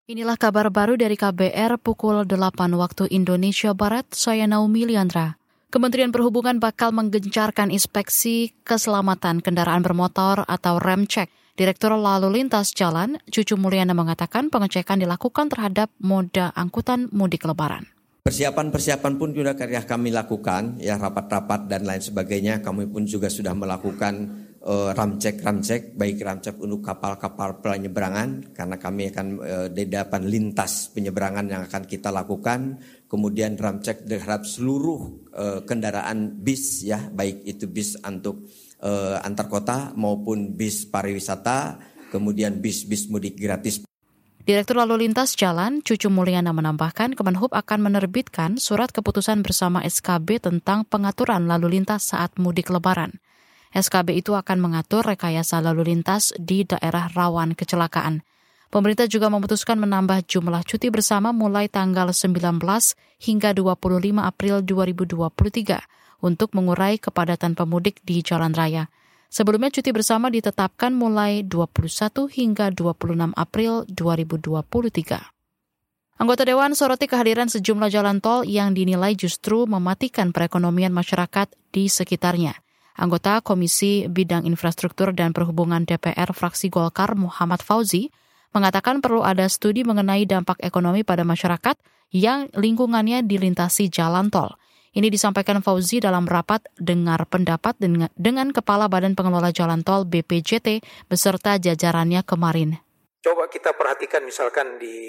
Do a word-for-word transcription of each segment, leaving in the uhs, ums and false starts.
Inilah kabar baru dari K B R pukul delapan waktu Indonesia Barat, saya Naomi Liandra. Kementerian Perhubungan bakal menggencarkan inspeksi keselamatan kendaraan bermotor atau rem cek. Direktur Lalu Lintas Jalan, Cucu Mulyana mengatakan pengecekan dilakukan terhadap moda angkutan mudik lebaran. Persiapan-persiapan pun sudah kami lakukan, ya rapat-rapat dan lain sebagainya. Kami pun juga sudah melakukan uh, ramcek-ramcek, baik ramcek untuk kapal-kapal penyeberangan, karena kami akan uh, di depan lintas penyeberangan yang akan kita lakukan. Kemudian ramcek terhadap seluruh uh, kendaraan bis, ya baik itu bis untuk uh, antar kota maupun bis pariwisata, kemudian bis-bis mudik gratis. Direktur Lalu Lintas Jalan, Cucu Mulyana menambahkan Kemenhub akan menerbitkan surat keputusan bersama S K B tentang pengaturan lalu lintas saat mudik lebaran. S K B itu akan mengatur rekayasa lalu lintas di daerah rawan kecelakaan. Pemerintah juga memutuskan menambah jumlah cuti bersama mulai tanggal sembilan belas hingga dua puluh lima April dua ribu dua puluh tiga untuk mengurai kepadatan pemudik di jalan raya. Sebelumnya cuti bersama ditetapkan mulai dua puluh satu hingga dua puluh enam April dua ribu dua puluh tiga. Anggota Dewan soroti kehadiran sejumlah jalan tol yang dinilai justru mematikan perekonomian masyarakat di sekitarnya. Anggota Komisi Bidang Infrastruktur dan Perhubungan D P R fraksi Golkar Muhammad Fauzi mengatakan perlu ada studi mengenai dampak ekonomi pada masyarakat yang lingkungannya dilintasi jalan tol. Ini disampaikan Fauzi dalam rapat dengar pendapat dengan, dengan Kepala Badan Pengelola Jalan Tol B P J T beserta jajarannya kemarin. Coba kita perhatikan misalkan di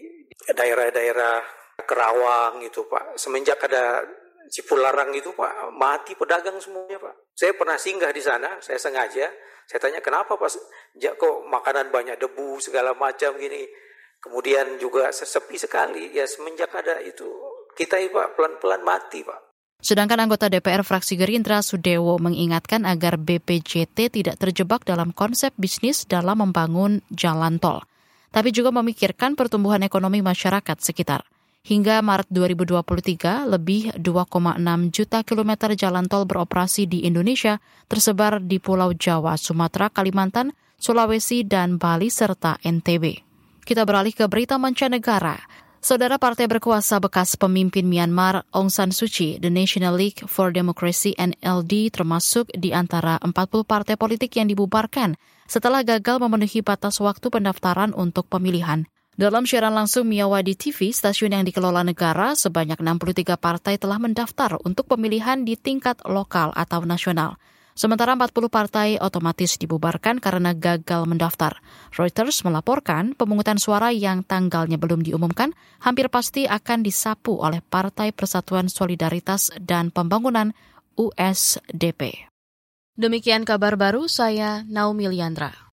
daerah-daerah Kerawang itu Pak, semenjak ada Cipularang itu Pak, mati pedagang semuanya Pak. Saya pernah singgah di sana, saya sengaja, saya tanya kenapa Pak, kok makanan banyak debu segala macam gini. Kemudian juga sepi sekali, ya semenjak ada itu. Kita Pak pelan-pelan mati Pak. Sedangkan anggota D P R fraksi Gerindra Sudewo mengingatkan agar B P J T tidak terjebak dalam konsep bisnis dalam membangun jalan tol, tapi juga memikirkan pertumbuhan ekonomi masyarakat sekitar. Hingga Maret dua ribu dua puluh tiga, lebih dua koma enam juta kilometer jalan tol beroperasi di Indonesia, tersebar di Pulau Jawa, Sumatera, Kalimantan, Sulawesi, dan Bali, serta N T B. Kita beralih ke berita mancanegara. Saudara partai berkuasa bekas pemimpin Myanmar Aung San Suu Kyi, The National League for Democracy N L D termasuk di antara empat puluh partai politik yang dibubarkan setelah gagal memenuhi batas waktu pendaftaran untuk pemilihan. Dalam siaran langsung Miyawadi T V, stasiun yang dikelola negara, sebanyak enam puluh tiga partai telah mendaftar untuk pemilihan di tingkat lokal atau nasional. Sementara empat puluh partai otomatis dibubarkan karena gagal mendaftar. Reuters melaporkan pemungutan suara yang tanggalnya belum diumumkan hampir pasti akan disapu oleh Partai Persatuan Solidaritas dan Pembangunan U S D P. Demikian kabar baru, saya Naomi Liandra.